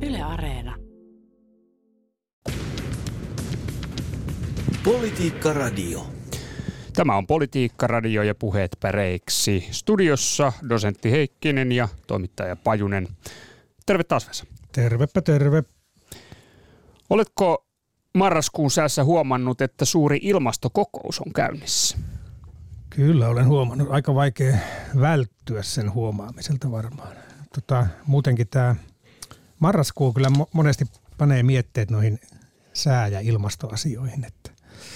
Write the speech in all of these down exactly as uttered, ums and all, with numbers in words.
Yle Areena. Politiikka Radio. Tämä on Politiikka Radio ja puheet päreiksi. Studiossa dosentti Heikkinen ja toimittaja Pajunen. Terve taas, Vesa. Tervepä terve. Oletko marraskuun säässä huomannut, että suuri ilmastokokous on käynnissä? Kyllä olen huomannut. Aika vaikea välttyä sen huomaamiselta varmaan. Tota, muutenkin tämä marraskuu kyllä monesti panee mietteet noihin sää- ja ilmastoasioihin. Että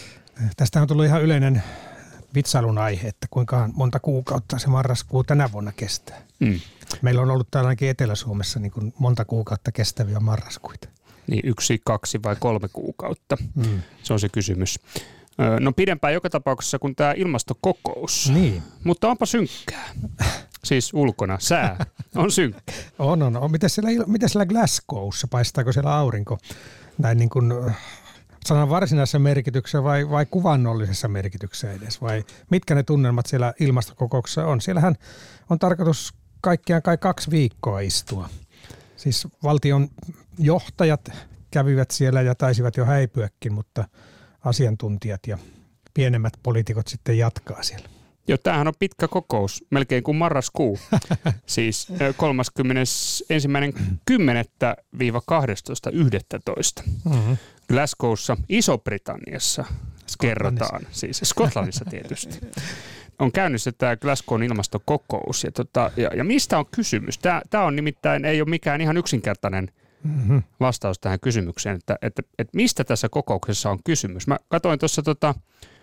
tästä on tullut ihan yleinen vitsailun aihe, että kuinka monta kuukautta se marraskuu tänä vuonna kestää. Mm. Meillä on ollut täällä ainakin Etelä-Suomessa niin kuin monta kuukautta kestäviä marraskuita. Niin yksi, kaksi vai kolme kuukautta. Mm. Se on se kysymys. No pidempään joka tapauksessa kuin tämä ilmastokokous. Niin. Mutta onpa synkkää. Siis ulkona. Sää on synkkä. On, on. on. Miten siellä, miten siellä Glasgowssa? Paistaako siellä aurinko? Näin niin kuin sanan varsinaisessa merkityksessä vai, vai kuvannollisessa merkityksessä edes? Vai mitkä ne tunnelmat siellä ilmastokokouksessa on? Siellähän on tarkoitus kaikkiaan kai kaksi viikkoa istua. Siis valtion johtajat kävivät siellä ja taisivat jo häipyäkin, mutta asiantuntijat ja pienemmät poliitikot sitten jatkaa siellä. Joo, tämähän on pitkä kokous, melkein kuin marraskuu. Siis kolmaskymmenesensimmäinen kymmenettä kahdestoista yhdestoista Mm-hmm. Glasgowssa, Iso-Britanniassa kerrotaan, siis Skotlannissa tietysti. On käynnissä tämä Glasgown ilmastokokous. Ja, tota, ja, ja mistä on kysymys? Tämä, tämä on nimittäin, ei ole mikään ihan yksinkertainen mm-hmm. vastaus tähän kysymykseen, että, että, että mistä tässä kokouksessa on kysymys. Mä katsoin tuossa tota,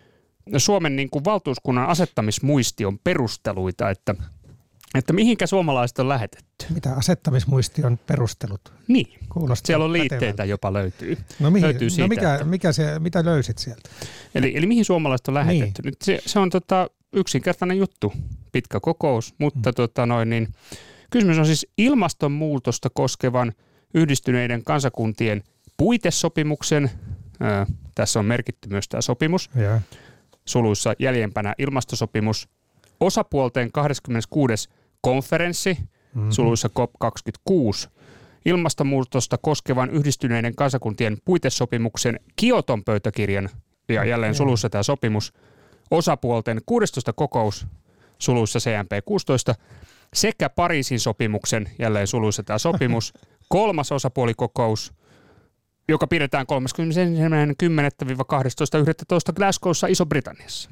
Suomen niin kuin valtuuskunnan asettamismuistion perusteluita, että, että mihinkä suomalaiset on lähetetty. Mitä asettamismuistion perustelut? Niin, kuulostaa siellä on liitteitä pätevältä. Jopa löytyy. No, mihin, löytyy siitä, no mikä, että, mikä se, mitä löysit sieltä? Eli, eli mihin suomalaiset on lähetetty? Niin. Nyt se, se on tota, yksinkertainen juttu, pitkä kokous, mutta mm. tota, noin, niin, kysymys on siis ilmastonmuutosta koskevan Yhdistyneiden kansakuntien puitesopimuksen, ää, tässä on merkitty myös tämä sopimus, ja. suluissa jäljempänä ilmastosopimus, osapuolten kahdeskymmeneskuudes konferenssi, mm-hmm. suluissa C O P kaksikymmentäkuusi, ilmastonmuutosta koskevan Yhdistyneiden kansakuntien puitesopimuksen Kioton pöytäkirjan, ja jälleen suluissa tämä sopimus, osapuolten kuudestoista kokous, suluissa C M P kuusitoista, sekä Pariisin sopimuksen, jälleen suluissa tämä sopimus, kolmas osapuolikokous, joka pidetään kolmaskymmenesensimmäinen kymmenettä kahdestoista yhdestoista Glasgowssa Iso-Britanniassa.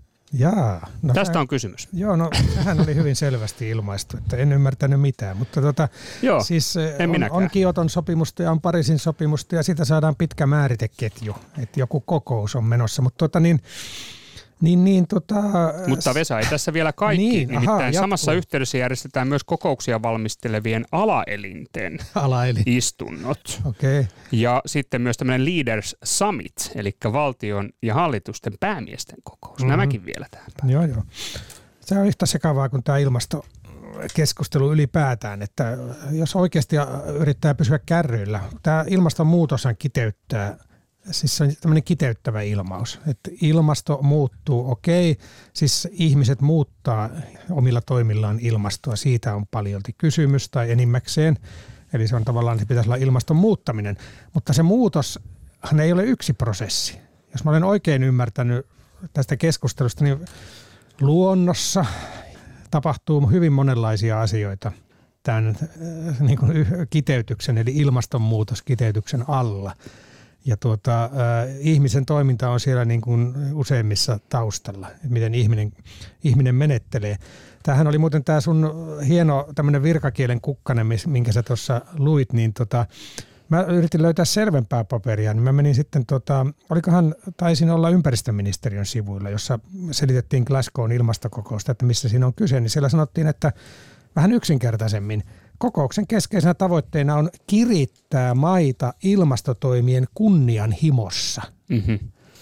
Jaa. No Tästä hän, on kysymys. Joo, no sehän oli hyvin selvästi ilmaistu, että en ymmärtänyt mitään, mutta tota, joo, siis en on, on Kioton sopimusta ja on Pariisin sopimusta ja siitä saadaan pitkä määriteketju, että joku kokous on menossa, mutta tota niin, Niin, niin, tota, Mutta Vesa, ei tässä vielä kaikki. Niin, Nimittäin aha, samassa yhteydessä järjestetään myös kokouksia valmistelevien alaelinten Alaelin. istunnot. Okay. Ja sitten myös tämmöinen Leaders Summit, eli valtion ja hallitusten päämiesten kokous. Mm-hmm. Nämäkin vielä tähän päin. Joo, joo. Se on yhtä sekavaa kuin tämä ilmastokeskustelu ylipäätään, että jos oikeasti yrittää pysyä kärryillä, tämä ilmastonmuutoshan kiteyttää. Siis se on tämmöinen kiteyttävä ilmaus, että ilmasto muuttuu, okei, siis ihmiset muuttaa omilla toimillaan ilmastoa, siitä on paljolti kysymys tai enimmäkseen, eli se on tavallaan, se pitäisi olla ilmaston muuttaminen, mutta se muutoshan ei ole yksi prosessi. Jos mä olen oikein ymmärtänyt tästä keskustelusta, niin luonnossa tapahtuu hyvin monenlaisia asioita tämän niin kuin kiteytyksen eli ilmastonmuutoskiteytyksen alla. Ja tuota, äh, ihmisen toiminta on siellä niin kuin useimmissa taustalla, että miten ihminen, ihminen menettelee. Tämähän oli muuten tämä sun hieno tämmöinen virkakielen kukkanen, minkä sä tuossa luit, niin tota, mä yritin löytää selvempää paperia, niin mä menin sitten, tota, olikohan, taisin olla ympäristöministeriön sivuilla, jossa selitettiin Glasgown ilmastokokousta, että missä siinä on kyse, niin siellä sanottiin, että vähän yksinkertaisemmin, kokouksen keskeisenä tavoitteena on kirittää maita ilmastotoimien kunnianhimossa. Mm-hmm.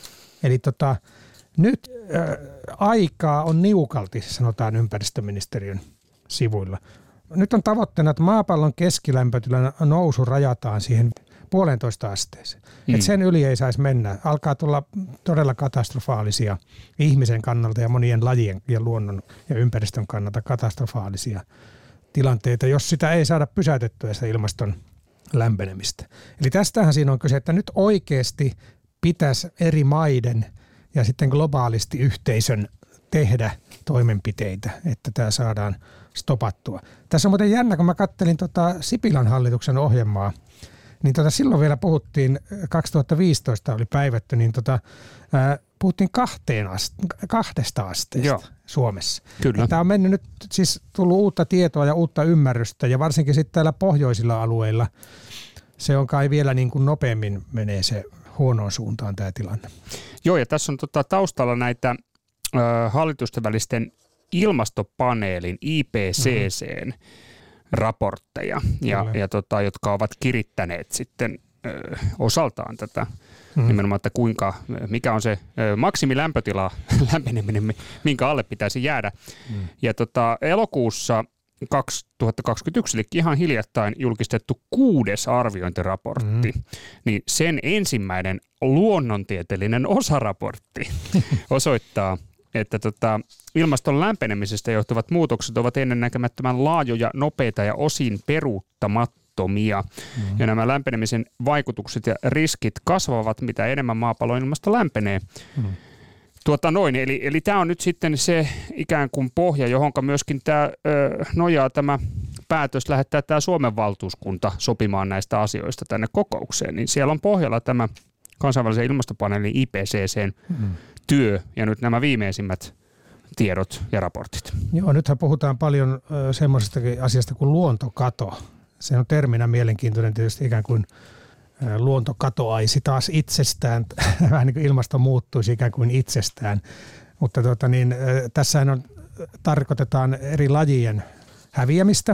Eli tota, nyt äh, aikaa on niukalti, sanotaan ympäristöministeriön sivuilla. Nyt on tavoitteena, että maapallon keskilämpötilan nousu rajataan siihen puolentoista asteeseen. Mm. Että sen yli ei saisi mennä. Alkaa tulla todella katastrofaalisia ihmisen kannalta ja monien lajien ja luonnon ja ympäristön kannalta katastrofaalisia tilanteita, jos sitä ei saada pysäytettyä sitä ilmaston lämpenemistä. Eli tästähän siinä on kyse, että nyt oikeasti pitäisi eri maiden ja sitten globaalisti yhteisön tehdä toimenpiteitä, että tämä saadaan stopattua. Tässä on muuten jännä, kun mä kattelin tota Sipilän hallituksen ohjelmaa, niin tota silloin vielä puhuttiin, kaksituhattaviisitoista oli päivätty, niin tota, ää, puhuttiin kahteen aste, kahdesta asteesta Joo. Suomessa. Kyllä. Tämä on mennyt nyt, siis tullut uutta tietoa ja uutta ymmärrystä ja varsinkin sitten täällä pohjoisilla alueilla se on kai vielä niin kuin nopeammin menee se huonoon suuntaan tämä tilanne. Joo, ja tässä on tota taustalla näitä ö, hallitusten välisten ilmastopaneelin I P C C:n mm-hmm. raportteja, ja, ja tota, jotka ovat kirittäneet sitten ö, osaltaan tätä mm-hmm. nimenomaan, että kuinka, mikä on se ö, maksimilämpötila, lämpeneminen, minkä alle pitäisi jäädä. Mm. Ja tota, elokuussa kaksituhattakaksikymmentäyksi, eli ihan hiljattain julkistettu kuudes arviointiraportti, mm. niin sen ensimmäinen luonnontieteellinen osaraportti osoittaa, että tota, ilmaston lämpenemisestä johtuvat muutokset ovat ennennäkemättömän laajoja, nopeita ja osin peruuttamattomia. Mm. Ja nämä lämpenemisen vaikutukset ja riskit kasvavat, mitä enemmän maapallon ilmasto lämpenee. Mm. Tuota noin, eli, eli tämä on nyt sitten se ikään kuin pohja, johonka myöskin tämä ö, nojaa tämä päätös lähettää tämä Suomen valtuuskunta sopimaan näistä asioista tänne kokoukseen. Niin siellä on pohjalla tämä kansainvälisen ilmastopaneelin I P C C:n mm. työ ja nyt nämä viimeisimmät tiedot ja raportit. Joo, nythän puhutaan paljon ö, semmoisestakin asiasta kuin luontokato. Se on terminä mielenkiintoinen tietysti ikään kuin luonto katoaisi taas itsestään, vähän niin kuin ilmasto muuttuisi ikään kuin itsestään, mutta tuota niin, tässähän on, tarkoitetaan eri lajien häviämistä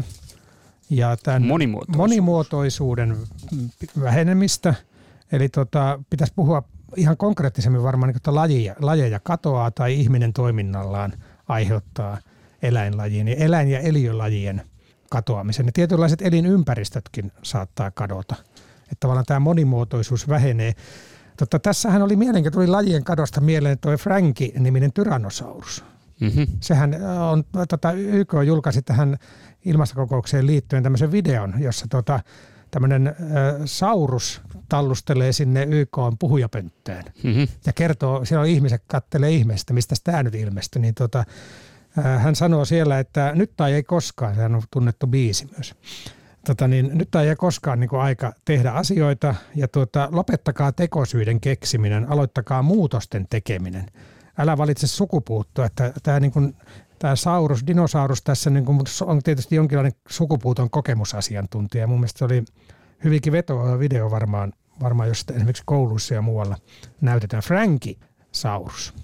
ja tämän monimuotoisuuden, monimuotoisuuden vähenemistä, eli tota, pitäisi puhua ihan konkreettisemmin varmaan, niin, että lajeja, lajeja katoaa tai ihminen toiminnallaan aiheuttaa eläinlajien ja eläin- ja eliölajien katoamisen. Ja tietynlaiset elinympäristötkin saattaa kadota. Että tavallaan tämä monimuotoisuus vähenee. Totta, tässähän oli mielenkiintoinen, tuli lajien kadosta mieleen tuo Frankie-niminen tyrannosaurus. Mm-hmm. Sehän on, tota, Y K julkaisi tähän ilmastokokoukseen liittyen tämmöisen videon, jossa tota, tämmöinen ä, saurus tallustelee sinne Y K:n puhujapönttöön mm-hmm. ja kertoo, siellä on ihmiset kattelee ihmeestä, mistä tämä nyt ilmestyi, niin tota, ä, hän sanoo siellä, että nyt tai ei koskaan, sehän on tunnettu biisi myös. Tota niin, nyt ei ole koskaan niin kuin aika tehdä asioita ja tuota, lopettakaa tekosyiden keksiminen, aloittakaa muutosten tekeminen. Älä valitse sukupuuttoa, että tämä, niin kuin, tämä saurus, dinosaurus tässä niin kuin on tietysti jonkinlainen sukupuuton kokemusasiantuntija. Mun mielestä se oli hyvinkin vetoa video varmaan, varmaan jos esimerkiksi kouluissa ja muualla näytetään. Frankie-saurus.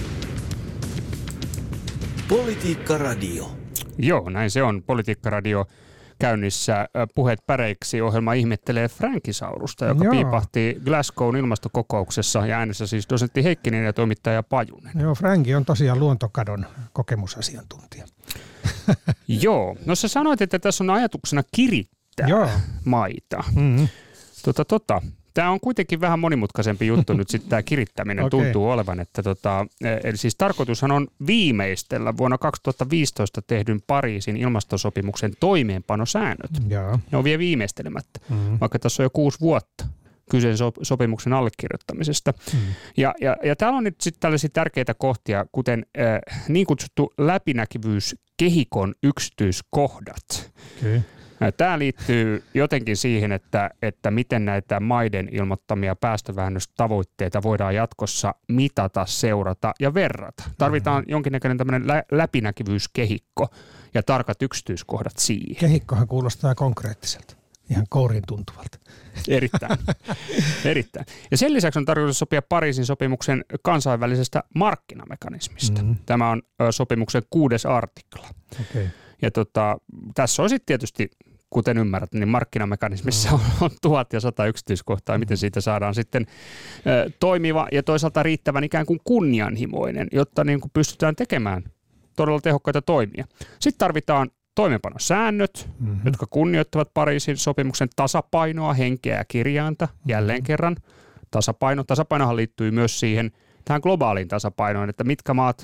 Politiikka Radio. Joo, näin se on. Politiikka Radio. Käynnissä Puheet päreiksi -ohjelma ihmettelee Frankisaurusta, joka Joo. piipahti Glasgown ilmastokokouksessa ja äänessä siis dosentti Heikkinen ja toimittaja Pajunen. Joo, Franki on tosiaan luontokadon kokemusasiantuntija. Joo, no sä sanoit, että tässä on ajatuksena kirittää Joo. maita. Mm-hmm. Tota, tota. Tämä on kuitenkin vähän monimutkaisempi juttu nyt sitten tämä kirittäminen okay. tuntuu olevan, että tota, eli siis tarkoitushan on viimeistellä vuonna kaksituhattaviisitoista tehdyn Pariisin ilmastosopimuksen toimeenpanosäännöt. Jaa. Ne on vielä viimeistelemättä, mm-hmm. vaikka tässä on jo kuusi vuotta kyseisen sopimuksen allekirjoittamisesta. Mm-hmm. Ja, ja, ja täällä on nyt sitten tällaisia tärkeitä kohtia, kuten äh, niin kutsuttu läpinäkyvyyskehikon yksityiskohdat. Okay. Tämä liittyy jotenkin siihen, että, että miten näitä maiden ilmoittamia päästövähennystavoitteita voidaan jatkossa mitata, seurata ja verrata. Tarvitaan mm-hmm. jonkinnäköinen tämmöinen lä- läpinäkyvyyskehikko ja tarkat yksityiskohdat siihen. Kehikkohan kuulostaa konkreettiselta, ihan kouriin tuntuvalta. Erittäin. Erittäin. Ja sen lisäksi on tarkoitus sopia Pariisin sopimuksen kansainvälisestä markkinamekanismista. Mm-hmm. Tämä on sopimuksen kuudes artikla. Okay. Ja tota, tässä on sitten tietysti, kuten ymmärrät, niin markkinamekanismissa on, on tuhat ja sata yksityiskohtaa, miten siitä saadaan sitten ö, toimiva ja toisaalta riittävän ikään kuin kunnianhimoinen, jotta niin kuin pystytään tekemään todella tehokkaita toimia. Sitten tarvitaan toimeenpanosäännöt, mm-hmm. jotka kunnioittavat Pariisin sopimuksen tasapainoa, henkeä ja kirjainta jälleen kerran. Tasapaino. Tasapainohan liittyy myös siihen tähän globaaliin tasapainoon, että mitkä maat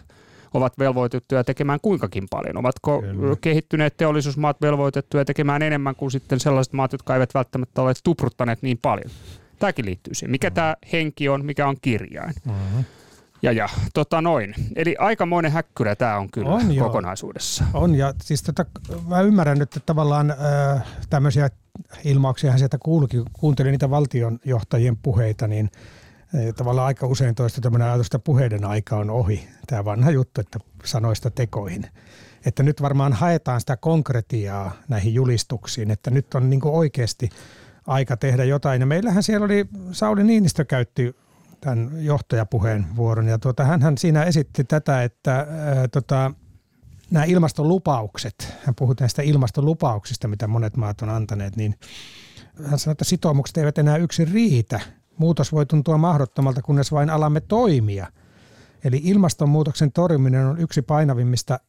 ovat velvoitettuja tekemään kuinkakin paljon. Ovatko Kyllä. kehittyneet teollisuusmaat velvoitettuja tekemään enemmän kuin sitten sellaiset maat, jotka eivät välttämättä ole tupruttaneet niin paljon? Tämäkin liittyy siihen. Mikä mm-hmm. tämä henki on, mikä on kirjain. Mm-hmm. Ja, ja tota noin. Eli aikamoinen häkkyrä tämä on kyllä on, kokonaisuudessa. On, ja siis tota, mä ymmärrän nyt, että tavallaan äh, tämmöisiä ilmauksiahan sieltä kuulukin, kuuntelin niitä valtionjohtajien puheita, niin äh, tavallaan aika usein toista tämmöinen ajatus, että puheiden aika on ohi. Tämä vanha juttu, että sanoista tekoihin. Että nyt varmaan haetaan sitä konkretiaa näihin julistuksiin, että nyt on niin kuin oikeasti aika tehdä jotain. Ja meillähän siellä oli, Sauli Niinistö käytti tämän johtajapuheen vuoron, ja tuota, hänhän siinä esitti tätä, että ää, tota, nämä ilmastolupaukset, hän puhui näistä ilmastolupauksista, mitä monet maat on antaneet, niin hän sanoi, että sitoumukset eivät enää yksin riitä. Muutos voi tuntua mahdottomalta, kunnes vain alamme toimia. Eli ilmastonmuutoksen torjuminen on yksi painavimmista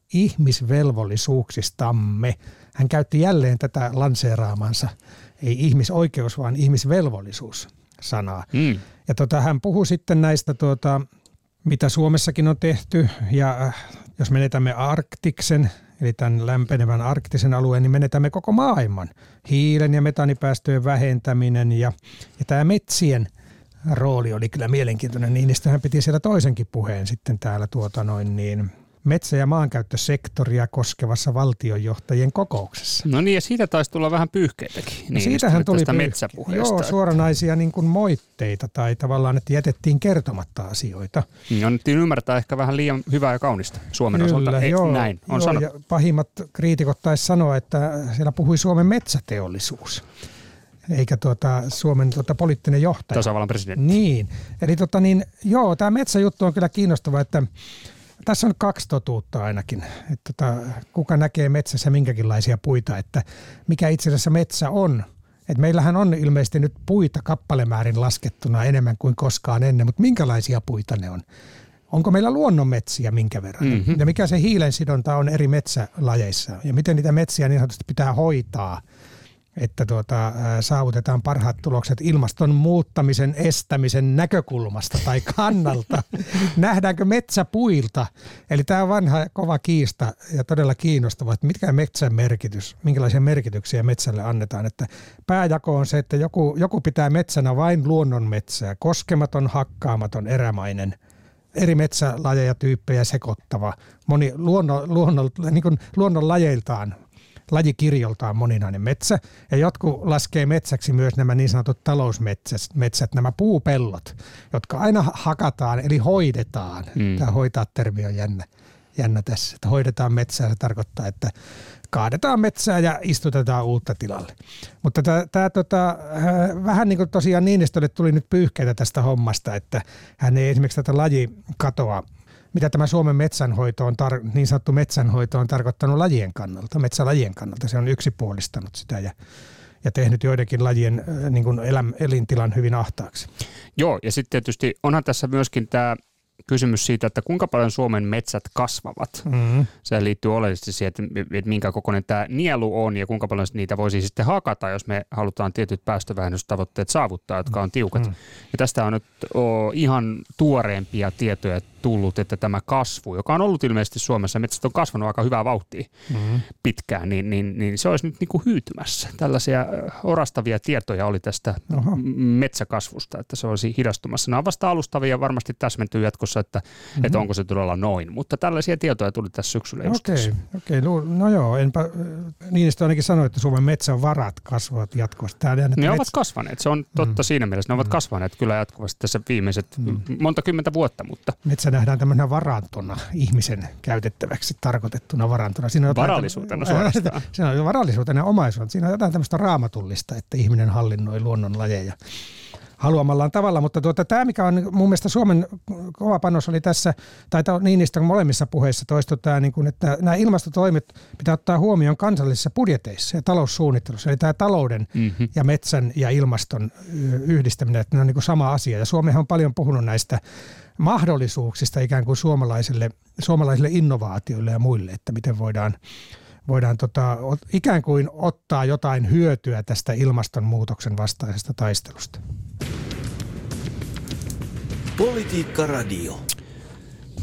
ihmisvelvollisuuksistamme. Hän käytti jälleen tätä lanseeraamansa, ei ihmisoikeus, vaan ihmisvelvollisuus sanaa. Mm. Ja tota, hän puhui sitten näistä, tuota, mitä Suomessakin on tehty, ja äh, jos menetämme Arktiksen, eli tämän lämpenevän arktisen alueen, niin menetämme koko maailman. Hiilen ja metaanipäästöjen vähentäminen ja, ja tämä metsien rooli oli kyllä mielenkiintoinen. Niinistöhän piti siellä toisenkin puheen sitten täällä tuota noin niin metsä- ja maankäyttösektoria koskevassa valtionjohtajien kokouksessa. No niin, ja siitä taisi tulla vähän pyyhkeitäkin. No siitähän tuli tästä metsäpuheesta. Joo, suoranaisia niin kuin moitteita tai tavallaan, että jätettiin kertomatta asioita. Niin, annettiin ymmärtää ehkä vähän liian hyvää ja kaunista Suomen Kyllä, osalta. Ei, joo, näin on joo, sanottu. Ja pahimmat kriitikot taisi sanoa, että siellä puhui Suomen metsäteollisuus, eikä tuota, Suomen tuota, poliittinen johtaja. Tasavallan presidentti. Niin, eli tota, niin, joo, tämä metsäjuttu on kyllä kiinnostava, että tässä on kaksi totuutta ainakin, että tota, kuka näkee metsässä minkäkinlaisia puita, että mikä itse asiassa metsä on. Et meillähän on ilmeisesti nyt puita kappalemäärin laskettuna enemmän kuin koskaan ennen, mutta minkälaisia puita ne on? Onko meillä luonnonmetsiä minkä verran? Mm-hmm. Ja mikä se hiilensidonta on eri metsälajeissa? Ja miten niitä metsiä niin sanotusti pitää hoitaa, että tuota, saavutetaan parhaat tulokset ilmaston muuttamisen estämisen näkökulmasta tai kannalta. Nähdäänkö metsäpuilta? Eli tämä on vanha kova kiista ja todella kiinnostava, että mitkä metsän merkitys, minkälaisia merkityksiä metsälle annetaan. Että pääjako on se, että joku, joku pitää metsänä vain luonnonmetsää, koskematon, hakkaamaton, erämainen, eri metsälajeja tyyppejä sekoittava, moni luonnon, luonnon, niin kuin luonnonlajeiltaan, lajikirjoltaan moninainen metsä, ja jotkut laskee metsäksi myös nämä niin sanotut talousmetsät, metsät, nämä puupellot, jotka aina hakataan, eli hoidetaan. Mm. Tämä hoitaa-termi on jännä, jännä tässä, että hoidetaan metsää, se tarkoittaa, että kaadetaan metsää ja istutetaan uutta tilalle. Mutta tämä, tämä tota, vähän niin kuin tosiaan Niinistölle tuli nyt pyyhkeitä tästä hommasta, että hän ei esimerkiksi tätä lajikatoa, mitä tämä Suomen metsänhoito on, tar- niin sanottu metsänhoito on tarkoittanut lajien kannalta, metsälajien kannalta. Se on yksipuolistanut sitä ja, ja tehnyt joidenkin lajien äh, niin kuin elä- elintilan hyvin ahtaaksi. Joo, ja sitten tietysti onhan tässä myöskin tämä kysymys siitä, että kuinka paljon Suomen metsät kasvavat. Mm-hmm. Se liittyy oleellisesti siihen, että minkä kokoinen tämä nielu on ja kuinka paljon niitä voisi sitten hakata, jos me halutaan tietyt päästövähennystavoitteet saavuttaa, jotka on tiukat. Mm-hmm. Ja tästä on nyt o, ihan tuoreempia tietoja tullut, että tämä kasvu, joka on ollut ilmeisesti Suomessa, metsät on kasvanut aika hyvää vauhtia mm-hmm. pitkään, niin, niin, niin se olisi nyt niin kuin hyytymässä. Tällaisia orastavia tietoja oli tästä Oho. metsäkasvusta, että se olisi hidastumassa. Nämä on vasta alustavia, varmasti täsmentyy jatkossa, että, mm-hmm. että onko se todella noin. Mutta tällaisia tietoja tuli tässä syksyllä just. Okei, okei. No, no joo, enpä, Niinistö ainakin sanoi, että Suomen metsän varat kasvavat jatkuvasti. Tämä, ne metsä... ovat kasvaneet, se on totta mm. siinä mielessä. Ne ovat mm. kasvaneet kyllä jatkuvasti tässä viimeiset mm. monta kymmentä vuotta, mutta... Metsä nähdään tämmöisenä varantona, ihmisen käytettäväksi tarkoitettuna varantona. Siinä on varallisuutena suorastaan. Siinä on varallisuutena ja omaisuutena. Siinä on jotain tämmöistä raamatullista, että ihminen hallinnoi luonnonlajeja haluamallaan tavalla, mutta tuota, tämä, mikä on mun mielestä Suomen kova panos oli tässä, tai Niinistön molemmissa puheissa toistu tämä, niin kuin, että nämä ilmastotoimet pitää ottaa huomioon kansallisissa budjeteissa ja taloussuunnittelussa, eli tämä talouden mm-hmm. ja metsän ja ilmaston yhdistäminen, että ne on niin kuin sama asia, ja Suomihan on paljon puhunut näistä mahdollisuuksista ikään kuin suomalaisille, suomalaisille innovaatioille ja muille, että miten voidaan voidaan tota, ikään kuin ottaa jotain hyötyä tästä ilmastonmuutoksen vastaisesta taistelusta. Politiikka Radio.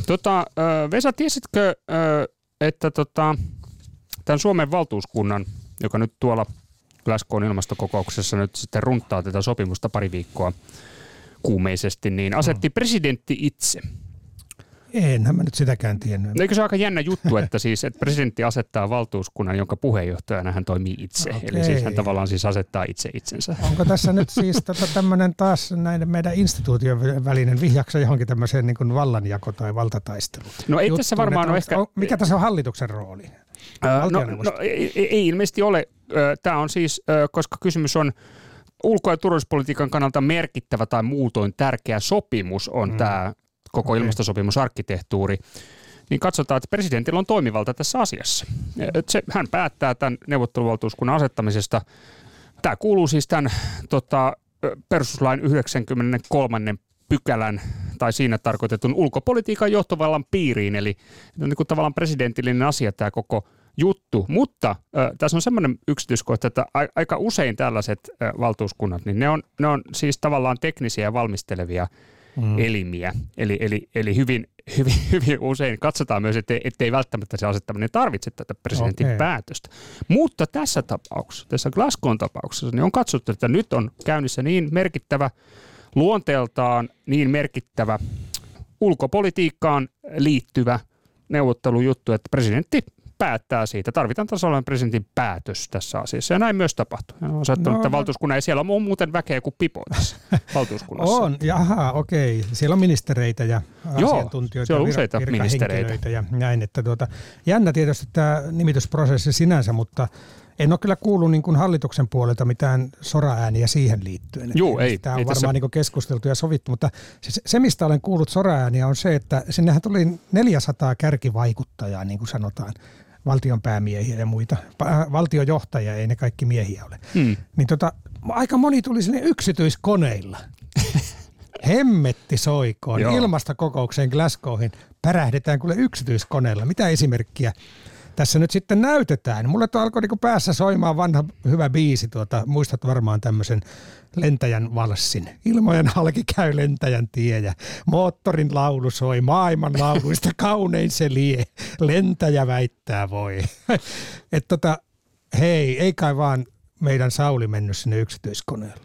Tota, Vesa, tiesitkö, että tota, tämän Suomen valtuuskunnan, joka nyt tuolla Glasgow'n ilmastokokouksessa nyt sitten runttaa tätä sopimusta pari viikkoa kuumeisesti, niin asetti presidentti itse. Enhän mä nyt sitäkään tiennyt. Eikö se aika jännä juttu, että siis että presidentti asettaa valtuuskunnan, jonka puheenjohtajana hän toimii itse. Okay. Eli siis hän tavallaan siis asettaa itse itsensä. Onko tässä nyt siis tota tämmöinen taas näiden meidän instituution välinen vihjakso johonkin tämmöiseen niin kuin vallanjako tai valtataistelu? No ei tässä varmaan ole ehkä... Mikä tässä on hallituksen rooli? No, no ei, ei ilmeisesti ole. Tämä on siis, koska kysymys on ulko- ja turvallisuuspolitiikan kannalta merkittävä tai muutoin tärkeä sopimus on mm. tämä koko okay. ilmastosopimusarkkitehtuuri, niin katsotaan, että presidentillä on toimivalta tässä asiassa. Se, hän päättää tämän neuvotteluvaltuuskunnan asettamisesta. Tämä kuuluu siis tämän tota, perustuslain yhdeksänkymmentäkolme pykälän tai siinä tarkoitetun ulkopolitiikan johtovallan piiriin, eli on niin kuin tavallaan presidentillinen asia tämä koko juttu, mutta äh, tässä on semmoinen yksityiskohta, että a, aika usein tällaiset äh, valtuuskunnat, niin ne on, ne on siis tavallaan teknisiä ja valmistelevia mm. elimiä, eli, eli, eli hyvin, hyvin, hyvin usein katsotaan myös, ettei, ettei välttämättä se asettaminen tarvitse tätä presidentin okay. päätöstä. Mutta tässä tapauksessa, tässä Glasgow'n tapauksessa, niin on katsottu, että nyt on käynnissä niin merkittävä, luonteeltaan niin merkittävä ulkopolitiikkaan liittyvä neuvottelujuttu, että presidentti päättää siitä. Tarvitaan tasavallan presidentin päätös tässä asiassa. Ja näin myös tapahtuu. Hän on saattanut, no, että valtuuskunnan ei siellä on muuten väkeä kuin pipo tässä valtuuskunnassa. On, jaha, okei. Siellä on ministereitä ja Joo, asiantuntijoita. Siellä on vir- useita ministereitä. Ja näin, että tuota, jännä tietysti tämä nimitysprosessi sinänsä, mutta en ole kyllä kuullut niin kuin hallituksen puolelta mitään soraääniä siihen liittyen. Joo, ei. Tämä on ei varmaan tässä... niin keskusteltu ja sovittu, mutta se, se, mistä olen kuullut soraääniä, on se, että sinnehän tuli neljäsataa kärkivaikuttajaa, niin kuin sanotaan, valtion päämiehiä ja muita. Valtiojohtajia, ei ne kaikki miehiä ole. Hmm. Niin tota, aika moni tuli sinne yksityiskoneilla. Hemmetti soikoon. Joo. Ilmastokokoukseen Glasgowhin pärähdetään kuule yksityiskoneella. Mitä esimerkkiä tässä nyt sitten näytetään? Mulle tuo alkoi niinku päässä soimaan vanha hyvä biisi. Tuota, muistat varmaan tämmöisen lentäjän valssin. Ilmojen halki käy lentäjän tie ja moottorin laulu soi. Maailman lauluista kaunein se lie. Lentäjä väittää voi. Et tota, hei, ei kai vaan meidän Sauli mennyt sinne yksityiskoneella.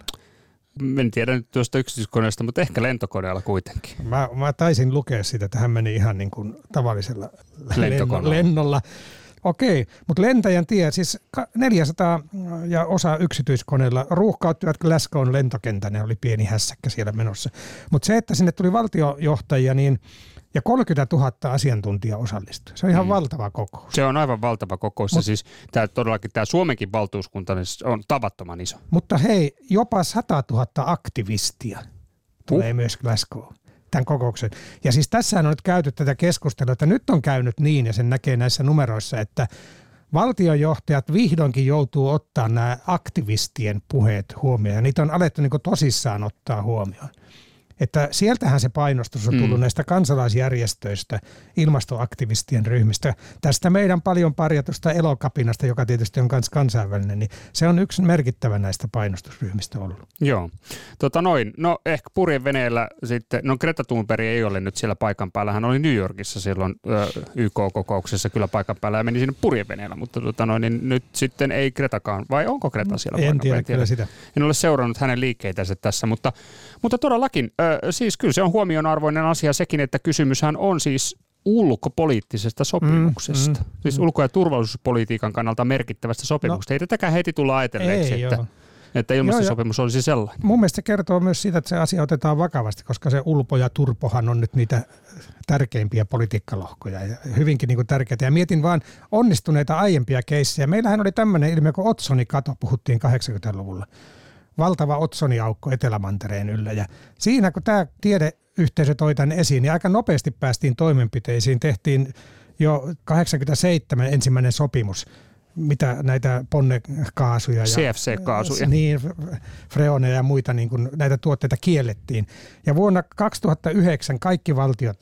En tiedä nyt tuosta yksityiskoneesta, mutta ehkä lentokoneella kuitenkin. Mä, mä taisin lukea sitä, että hän meni ihan niin kuin tavallisella lennolla. lennolla. Okei, mutta lentäjän tie, siis neljäsataa ja osa yksityiskoneella ruuhkauttivat Glasgow'n lentokentän, ne oli pieni hässäkkä siellä menossa. Mutta se, että sinne tuli valtiojohtajia, niin ja kolmekymmentätuhatta asiantuntijaa osallistui. Se on ihan mm. valtava kokous. Se on aivan valtava kokous. Mut, siis tää, todellakin tämä Suomenkin valtuuskunta niin on tavattoman iso. Mutta hei, jopa satatuhatta aktivistia tulee uh. myös Glasgow tämän kokouksen. Ja siis tässähän on nyt käyty tätä keskustelua, että nyt on käynyt niin, ja sen näkee näissä numeroissa, että valtiojohtajat vihdoinkin joutuu ottaa nämä aktivistien puheet huomioon. Ja niitä on alettu niin kuin tosissaan ottaa huomioon. Että sieltähän se painostus on tullut mm. näistä kansalaisjärjestöistä, ilmastoaktivistien ryhmistä. Tästä meidän paljon parjatusta Elokapinasta, joka tietysti on myös kansainvälinen, niin se on yksi merkittävä näistä painostusryhmistä ollut. Joo. Tota noin. No ehkä purjeveneellä sitten, no Greta Thunberg ei ole nyt siellä paikan päällä. Hän oli New Yorkissa silloin ö, Y K-kokouksessa kyllä paikan päällä ja meni sinne purjeveneellä, mutta tota noin, niin nyt sitten ei Gretakaan. Vai onko Greta siellä en paikan tiedä, päällä? Kyllä sitä. En ole seurannut hänen liikkeitänsä tässä, mutta, mutta todellakin ö, siis kyllä se on huomionarvoinen asia sekin, että kysymyshän on siis ulkopoliittisesta sopimuksesta. Mm, mm, siis mm. ulko- ja turvallisuuspolitiikan kannalta merkittävästä sopimuksesta. No, ei tätäkään heti tulla ajatelleeksi, ei, että, että ilmastosopimus joo, olisi sellainen. Mun mielestä se kertoo myös siitä, että se asia otetaan vakavasti, koska se ulpo ja turpohan on nyt niitä tärkeimpiä politiikkalohkoja ja hyvinkin niin kuin tärkeitä. Ja mietin vaan onnistuneita aiempia keissejä. Meillähän oli tämmöinen ilmiö kuin Otsoni-kato, puhuttiin kahdeksankymmentäluvulla. Valtava Otsoni-aukko Etelämantereen yllä. Ja siinä kun tämä tiedeyhteisö toi tämän esiin, niin aika nopeasti päästiin toimenpiteisiin. Tehtiin jo kahdeksankymmentäseitsemän ensimmäinen sopimus, mitä näitä ponnekaasuja C F C-kaasuja. Ja, niin, freoneja ja muita niin kuin näitä tuotteita kiellettiin. Ja vuonna kaksituhattayhdeksän kaikki valtiot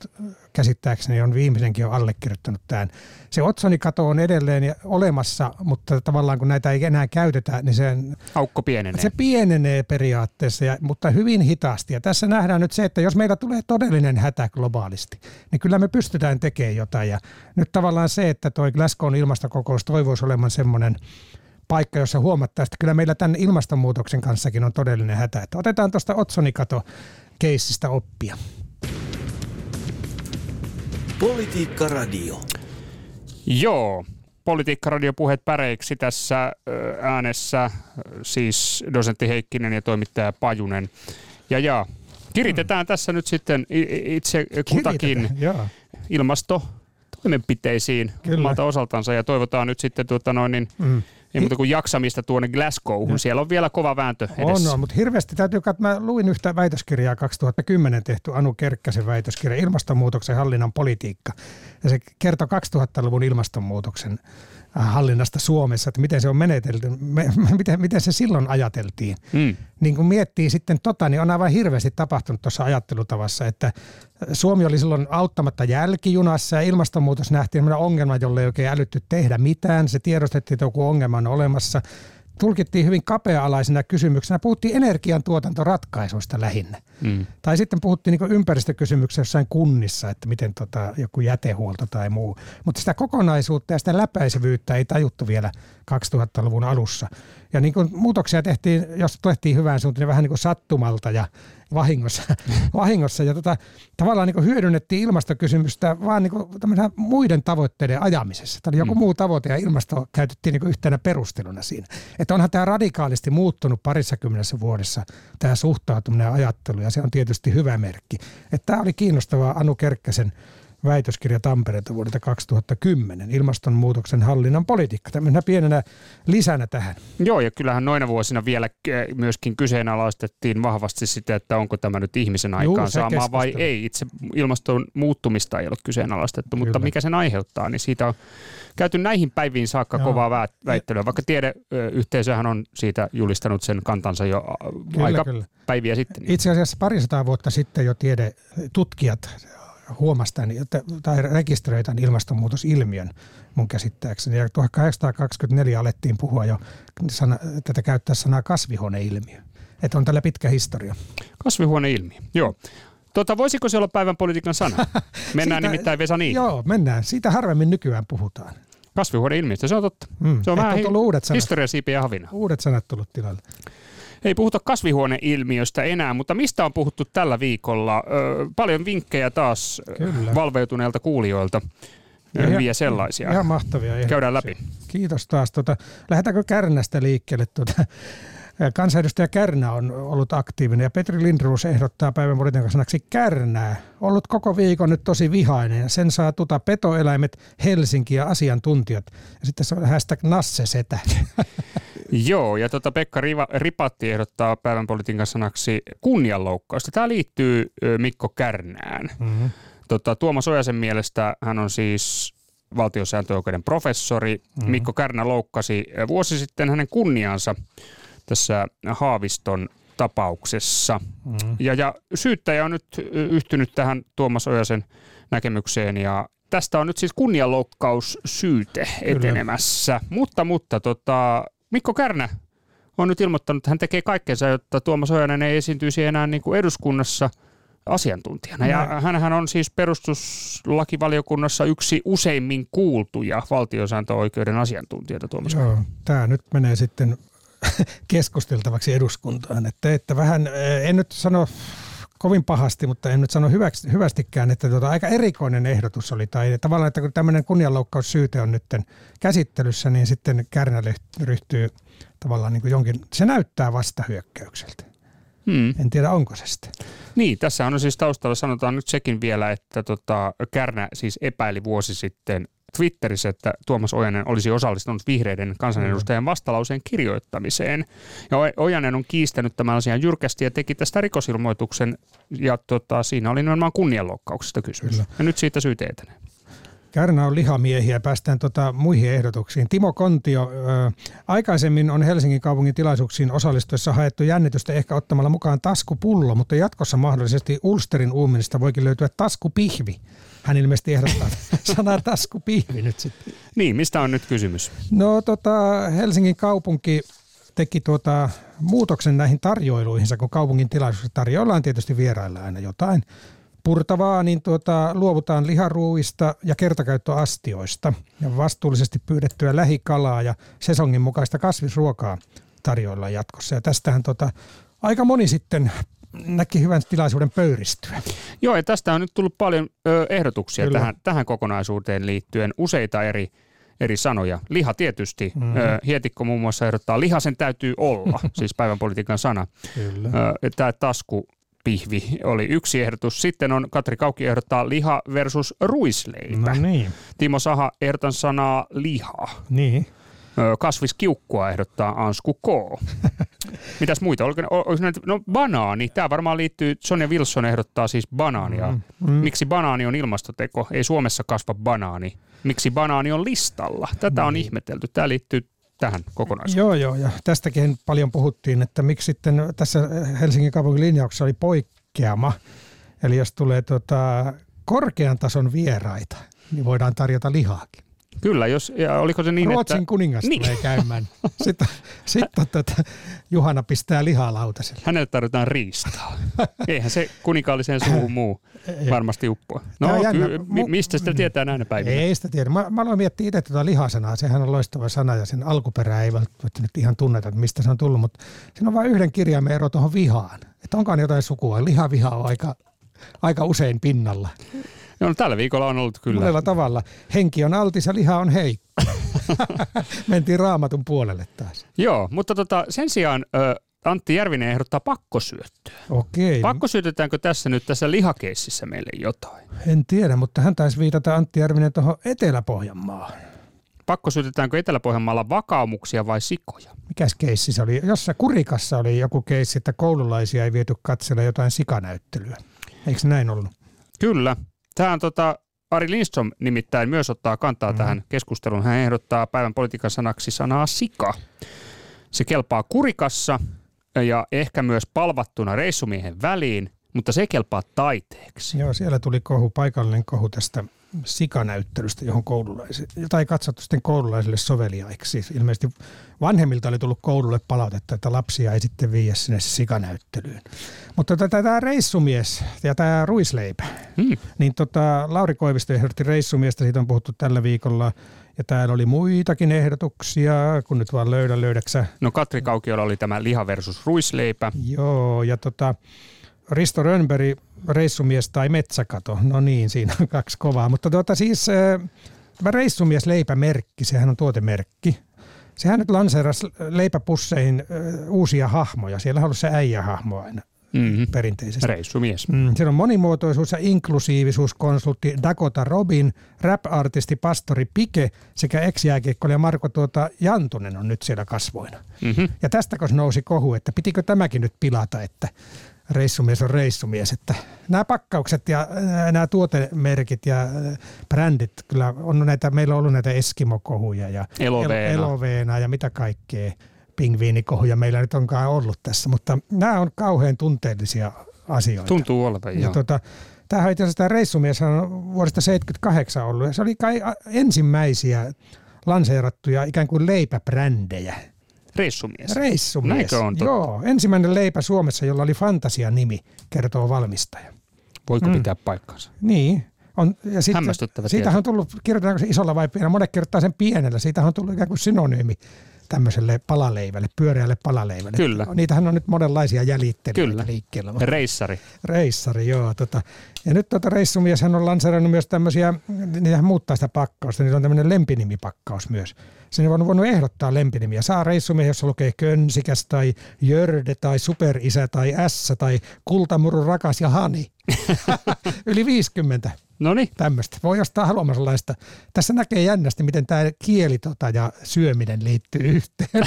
käsittääkseni on viimeisenkin jo allekirjoittanut tämän. Se otsonikato on edelleen olemassa, mutta tavallaan kun näitä ei enää käytetä, niin se, aukko pienenee. Se pienenee periaatteessa, ja, mutta hyvin hitaasti. Ja tässä nähdään nyt se, että jos meillä tulee todellinen hätä globaalisti, niin kyllä me pystytään tekemään jotain. Ja nyt tavallaan se, että tuo Glasgow'n ilmastokokous toivoisi olemaan semmoinen paikka, jossa huomattaisiin, että kyllä meillä tämän ilmastonmuutoksen kanssakin on todellinen hätä. Että otetaan tuosta otsonikato-keissistä oppia. Politiikka Radio. Joo, Politiikka-radio puheet päreiksi tässä äänessä, siis dosentti Heikkinen ja toimittaja Pajunen. Ja ja, kiritetään mm. tässä nyt sitten itse kutakin ilmastotoimenpiteisiin omalta osaltansa ja toivotaan nyt sitten tuota noin niin, mm. ei muuta kuin jaksamista tuonne Glasgowhun. Siellä on vielä kova vääntö edessä. On, on, mutta hirveästi täytyy katsoa. Mä luin yhtä väitöskirjaa kaksituhattakymmenen tehty Anu Kerkkäsen väitöskirja Ilmastonmuutoksen hallinnan politiikka. Ja se kertoo kaksituhattaluvun ilmastonmuutoksen hallinnasta Suomessa, että miten se on menetelty, me, miten, miten se silloin ajateltiin. Mm. Niin kun miettii sitten tota, niin on aivan hirveästi tapahtunut tuossa ajattelutavassa, että Suomi oli silloin auttamatta jälkijunassa ja ilmastonmuutos nähtiin ongelma, jolle ei oikein älytty tehdä mitään. Se tiedostettiin, että joku ongelma on olemassa. Tulkittiin hyvin kapea-alaisena kysymyksenä. Puhuttiin energiantuotantoratkaisuista lähinnä. Mm. Tai sitten puhuttiin niin ympäristökysymyksiä jossain kunnissa, että miten tota, joku jätehuolto tai muu. Mutta sitä kokonaisuutta ja sitä läpäisevyyttä ei tajuttu vielä kaksituhattaluvun alussa. Ja niin kuin muutoksia tehtiin, jos tehtiin hyvään suuntaan, niin vähän niin kuin sattumalta ja vahingossa. vahingossa. Ja tota, tavallaan niin kuin hyödynnettiin ilmastokysymystä vaan niin kuin muiden tavoitteiden ajamisessa. Tämä oli joku mm. muu tavoite ja ilmasto käytettiin niin kuin yhtenä perusteluna siinä. Että onhan tämä radikaalisti muuttunut parissakymmenessä vuodessa, tämä suhtautuminen ja ajattelu, ja se on tietysti hyvä merkki. Että tämä oli kiinnostavaa Anu Kerkkäsen väitöskirja Tampereelta vuodelta kaksituhattakymmenen, ilmastonmuutoksen hallinnan politiikka, tämmöinen pienenä lisänä tähän. Joo, ja kyllähän noina vuosina vielä myöskin kyseenalaistettiin vahvasti sitä, että onko tämä nyt ihmisen aikaan saamaa vai ei. Itse ilmaston muuttumista ei ole kyseenalaistettu, Kyllä. mutta mikä sen aiheuttaa, niin siitä on käyty näihin päiviin saakka Joo. kovaa väittelyä, vaikka tiedeyhteisöhän on siitä julistanut sen kantansa jo kyllä, aika kyllä. päiviä sitten. Itse asiassa parisataa vuotta sitten jo tiedetutkijat huomastaan tai rekisteröitään ilmastonmuutosilmiön mun käsittääkseni. Ja tuhatkahdeksansataakaksikymmentäneljä alettiin puhua jo sana, tätä käyttää sanaa kasvihuoneilmiö. Että on tällä pitkä historia. Kasvihuoneilmiö, joo. Tota, voisiko se olla päivän politiikan sana? Mennään siitä, nimittäin Vesa niin. Joo, mennään. Siitä harvemmin nykyään puhutaan. Kasvihuoneilmiöstä, se on totta. Mm. Se on vähän hi- historiasiipi ja havina. Uudet sanat tullut tilalle. Ei puhuta kasvihuoneilmiöstä enää, mutta mistä on puhuttu tällä viikolla? Ö, paljon vinkkejä taas Kyllä. valveutuneilta kuulijoilta. Ja hyviä sellaisia. Ihan mahtavia. Käydään läpi. Kiitos taas. Tuota, lähdetäänkö Kärnästä liikkeelle? Tuota, kansanedustaja Kärnä on ollut aktiivinen ja Petri Lindroos ehdottaa päivän politiikan sanaksi Kärnää. Ollut koko viikon nyt tosi vihainen. Sen saa tuta petoeläimet, Helsinki ja asiantuntijat. Ja sitten se on hashtag Nassesetä. Joo, ja tuota Pekka Ripatti ehdottaa päivän politiikan sanaksi kunnianloukkausta. Tämä liittyy Mikko Kärnään. Mm-hmm. Tota, Tuomas Ojasen mielestä hän on siis valtiosääntöoikeuden professori. Mm-hmm. Mikko Kärnä loukkasi vuosi sitten hänen kunniansa tässä Haaviston tapauksessa. Mm-hmm. Ja, ja syyttäjä on nyt yhtynyt tähän Tuomas Ojasen näkemykseen ja tästä on nyt siis kunnianloukkaussyyte etenemässä. Kyllä. Mutta, mutta tota, Mikko Kärnä on nyt ilmoittanut, että hän tekee kaikkensa, jotta Tuomas Ojanen ei esiintyisi enää niin kuin eduskunnassa asiantuntijana. No. Ja hänhän on siis perustuslakivaliokunnassa yksi useimmin kuultuja valtiosääntöoikeuden asiantuntijoita Tuomas Ojanen. Joo, tämä nyt menee sitten keskusteltavaksi eduskuntaan. Että, että vähän, en nyt sano kovin pahasti, mutta en nyt sano hyväksi, hyvästikään, että tuota, aika erikoinen ehdotus oli. Tai tavallaan, että kun tämmöinen kunnianloukkaussyyte on nyt käsittelyssä, niin sitten Kärnä ryhtyy tavallaan niin kuin jonkin, se näyttää vastahyökkäykseltä. Hmm. En tiedä, onko se sitten. Niin, tässä on siis taustalla, sanotaan nyt sekin vielä, että tota, Kärnä siis epäili vuosi sitten Twitterissä, että Tuomas Ojanen olisi osallistunut vihreiden kansanedustajan vastalauseen kirjoittamiseen. Ja Ojanen on kiistänyt tämän asian jyrkästi ja teki tästä rikosilmoituksen, ja tota, siinä oli nimenomaan kunnianloukkauksesta kysymys. Kyllä. Ja nyt siitä syyte etenee. Kärnä on lihamiehiä. Päästään tota muihin ehdotuksiin. Timo Kontio, ö, aikaisemmin on Helsingin kaupungin tilaisuuksiin osallistuessa haettu jännitystä ehkä ottamalla mukaan taskupullo, mutta jatkossa mahdollisesti Ulsterin uumenista voikin löytyä taskupihvi. Hän ilmeisesti ehdottaa sanaa taskupihvi nyt sitten. Niin, mistä on nyt kysymys? No tota, Helsingin kaupunki teki tuota muutoksen näihin tarjoiluihinsa, kun kaupungin tilaisuudessa tarjoillaan tietysti vierailla aina jotain purtavaa, niin tuota, luovutaan liharuuista ja kertakäyttöastioista ja vastuullisesti pyydettyä lähikalaa ja sesongin mukaista kasvisruokaa tarjoillaan jatkossa. Ja tästähän tota, aika moni sitten näki hyvän tilaisuuden pöyristyä. Joo, ja tästä on nyt tullut paljon ö, ehdotuksia tähän, tähän kokonaisuuteen liittyen, useita eri eri sanoja. Liha tietysti. Mm. Ö, Hietikko muun muassa ehdottaa, lihasen täytyy olla, siis päivänpolitiikan sana. Tämä taskupihvi oli yksi ehdotus. Sitten on Katri Kaukki ehdottaa liha versus ruisleipä. No niin. Timo Saha ehdottaa sanaa liha. Niin. Ö, kasviskiukkua ehdottaa Ansku K. Mitäs muita? Oliko, oliko näitä, no banaani. Tämä varmaan liittyy, Sonja Wilson ehdottaa siis banaania. Mm. Mm. Miksi banaani on ilmastoteko? Ei Suomessa kasva banaani. Miksi banaani on listalla? Tätä on ihmetelty. Tämä liittyy tähän kokonaisuuteen. Joo, joo. Ja tästäkin paljon puhuttiin, että miksi sitten tässä Helsingin kaupungin linjauksessa oli poikkeama. Eli jos tulee tota korkean tason vieraita, niin voidaan tarjota lihaakin. Kyllä, jos, ja oliko se niin, Ruotsin että... kuningas niin. tulee käymään. Sitten, sitten tota, Juhana pistää lihaa lautaselle. Hänelle tarvitaan riistaa. Eihän se kuninkaalliseen suuhun muu varmasti uppoa. No, ky- mistä sitä tietää näinä päivinä? Ei sitä tiedä. Mä, mä aloin miettiä itse tuota lihasanaa. Sehän on loistava sana ja sen alkuperää ei välttämättä nyt ihan tunneta, että mistä se on tullut. Mutta siinä on vain yhden kirjaimen ero tuohon vihaan. Että onkaan jotain sukua. Lihaviha on aika, aika usein pinnalla. No, tällä viikolla on ollut kyllä. Monella tavalla. Henki on altis ja liha on heikko. Mentiin Raamatun puolelle taas. Joo, mutta tota, sen sijaan ö, Antti Järvinen ehdottaa pakkosyöttöä. Okei. Pakkosyötetäänkö tässä nyt tässä lihakeississä meille jotain? En tiedä, mutta hän taisi viitata Antti Järvinen tuohon Etelä-Pohjanmaahan. Pakkosyötetäänkö Etelä-Pohjanmaalla vakaumuksia vai sikoja? Mikäs keissi se oli? Jossain Kurikassa oli joku keissi, että koululaisia ei viety katsella jotain sikanäyttelyä. Eikö näin ollut? Kyllä. Tämä on tota, Ari Lindström nimittäin myös ottaa kantaa mm. tähän keskusteluun. Hän ehdottaa päivän politiikan sanaksi sanaa sika. Se kelpaa Kurikassa ja ehkä myös palvattuna reissumiehen väliin, mutta se kelpaa taiteeksi. Joo, siellä tuli kohu, paikallinen kohu tästä sikanäyttelystä, johon koululaisille, jota ei katsottu sitten koululaisille soveliaiksi. Siis ilmeisesti vanhemmilta oli tullut koululle palautetta, että lapsia ei sitten viiä sinne sikanäyttelyyn. Mutta tämä reissumies ja tämä ruisleipä, hmm. niin tota, Lauri Koivisto ehdotti reissumiestä, siitä on puhuttu tällä viikolla. Ja täällä oli muitakin ehdotuksia, kun nyt vaan löydä löydäksä. No Katri Kaukiolla oli tämä liha versus ruisleipä. Joo, ja tota, Risto Rönnberg, reissumies tai metsäkato. No niin, siinä on kaksi kovaa. Mutta tuota siis tämä reissumies leipämerkki, sehän on tuotemerkki. Sehän nyt lanseerasi leipäpusseihin uusia hahmoja. Siellä on ollut se äijähahmo aina. Mm-hmm. Perinteisesti. Reissumies. Mm, siinä on monimuotoisuus- ja inklusiivisuuskonsultti Dakota Robin, rap-artisti Pastori Pike sekä ex-jääkiekkoilija Marko tuota Jantunen on nyt siellä kasvoina. Mm-hmm. Ja tästäkö nousi kohu, että pitikö tämäkin nyt pilata, että reissumies on reissumies. Että nämä pakkaukset ja nämä tuotemerkit ja brändit, kyllä on näitä, meillä on ollut näitä Eskimo-kohuja ja Eloveena, Eloveena ja mitä kaikkea. Pingviinikohuja meillä nyt onkaan ollut tässä, mutta nämä on kauhean tunteellisia asioita. Tuntuu olevan, joo. Tota, tämähän itse asiassa tämä reissumies on vuodesta seitsemänkymmentäkahdeksan ollut, ja se oli kai ensimmäisiä lanseerattuja ikään kuin leipäbrändejä. Reissumies. Reissumies, näinkö on totta? Joo. Ensimmäinen leipä Suomessa, jolla oli Fantasia-nimi, kertoo valmistaja. Voiko mm. pitää paikkansa? Niin. On, ja sitten, hämmästyttävä siitähän on tullut, kirjoitetaanko se isolla vai pienellä, monet kirjoittaa sen pienellä, siitähän on tullut ikään kuin synonyymi tämmöiselle palaleivälle, pyöreälle palaleivälle. Kyllä. Niitähän on nyt monenlaisia jäljittelyitä Kyllä. liikkeellä. Reissari. Reissari, joo. Tota. Ja nyt tota reissumies hän on lanseerannut myös tämmöisiä, niitä muuttaa sitä pakkausta, niillä on tämmöinen lempinimipakkaus myös. Sinne on voinut ehdottaa lempinimiä. Saa reissumies, jossa lukee Könsikäs tai Jörde tai Superisä tai Ässä tai Kultamurun rakas ja Hani. Yli viisikymmentä. Noniin. Tämmöistä. Voi ostaa haluamansa. Tässä näkee jännästi, miten tämä kieli tota, ja syöminen liittyy yhteen.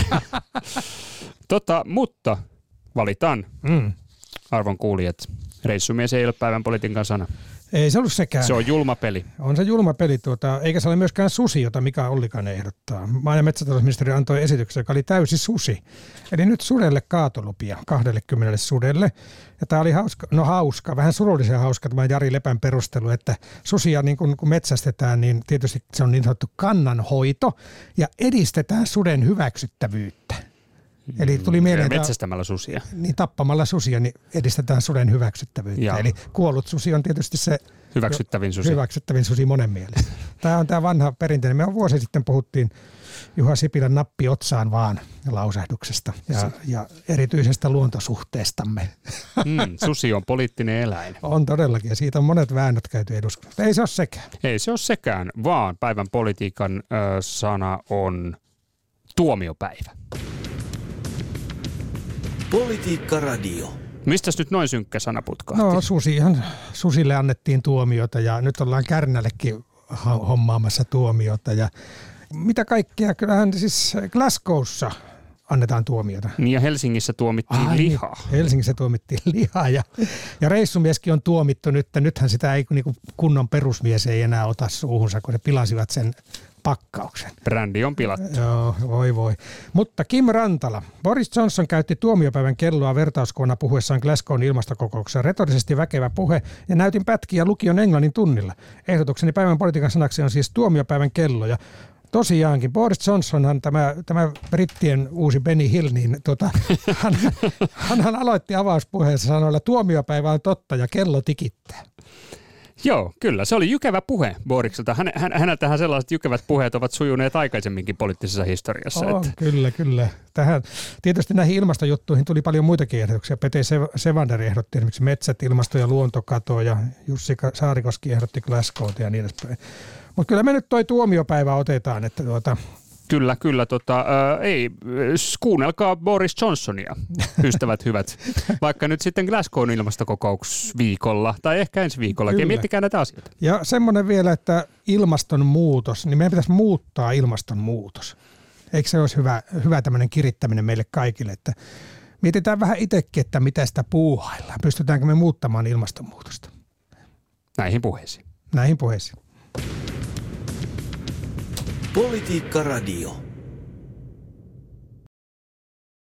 Tota, mutta valitaan, mm. arvon kuulijat, reissumies ei ole päivän politiikan sana. Ei se ollut sekään. Se on julma peli. On se julma peli, tuota, eikä se ole myöskään susi, jota Mika Ollikainen ehdottaa. Maa- ja metsätalousministeri antoi esityksen, joka oli täysi susi. Eli nyt sudelle kaatolupia, kaksikymmentä sudelle. Ja tämä oli hauska, no hauska, vähän surullisen hauska tämä Jari Lepän perustelu, että susia niin kun, kun metsästetään, niin tietysti se on niin sanottu kannanhoito ja edistetään suden hyväksyttävyyttä. Eli tuli mieleen, metsästämällä susia. Niin tappamalla susia niin edistetään suden hyväksyttävyyttä. Jaa. Eli kuollut susi on tietysti se hyväksyttävin susi. Hyväksyttävin susi monen mielestä. Tämä on tämä vanha perinteinen. Me on vuosi sitten puhuttiin Juha Sipilän nappi otsaan vaan lausahduksesta ja, ja erityisestä luontosuhteestamme. Mm, susi on poliittinen eläin. On todellakin ja siitä on monet väännöt käyty eduskunnassa. Ei se ole sekään. Ei se ole sekään, vaan päivän politiikan ö, sana on tuomiopäivä. Politiikka Radio. Mistäs nyt noin synkkä sana putkahti? No susihan, susille annettiin tuomiota ja nyt ollaan Kärnällekin hommaamassa tuomiota. Ja mitä kaikkea, kyllähän siis Glasgowssa annetaan tuomiota. Niin ja Helsingissä tuomittiin Ai, lihaa. Helsingissä tuomittiin lihaa ja, ja reissumieskin on tuomittu nyt. Nythän sitä ei niin kunnon perusmies ei enää ota suuhunsa, kun ne pilasivat sen pakkauksen. Brändi on pilattu. Joo, voi voi. Mutta Kim Rantala. Boris Johnson käytti tuomiopäivän kelloa vertauskuvana puhuessaan Glasgow'n ilmastokokouksessa. Retorisesti väkevä puhe ja näytin pätkiä lukion englannin tunnilla. Ehdotukseni päivän politiikan sanaksi on siis tuomiopäivän kello. Ja tosiaankin Boris Johnsonhan, tämä, tämä brittien uusi Benny Hill, niin tota, hän, hän aloitti avauspuheensa sanoilla, tuomiopäivä on totta ja kello tikittää. Joo, kyllä. Se oli jykevä puhe Borikselta. Hän, hän, häneltähän sellaiset jykevät puheet ovat sujuneet aikaisemminkin poliittisessa historiassa. On, että. Kyllä, kyllä. Tähän, tietysti näihin ilmastojuttuihin tuli paljon muitakin ehdotuksia. Pete Sevander ehdotti esimerkiksi metsät, ilmasto- ja luontokato ja Jussi Saarikoski ehdotti Glasgowta ja niin edespäin. Mutta kyllä me nyt toi tuomiopäivä otetaan, että tuota... Kyllä, kyllä. Tota, ää, ei, kuunnelkaa Boris Johnsonia, ystävät hyvät. Vaikka nyt sitten Glasgow'n ilmastokokouksviikolla tai ehkä ensi viikollakin. Miettikää näitä asioita. Ja semmoinen vielä, että ilmastonmuutos, niin meidän pitäisi muuttaa ilmastonmuutos. Eikö se olisi hyvä, hyvä tämmöinen kirittäminen meille kaikille, että mietitään vähän itsekin, että mitä sitä puuhaillaan. Pystytäänkö me muuttamaan ilmastonmuutosta? Näihin puheisiin. Näihin puheisiin. Politiikka Radio.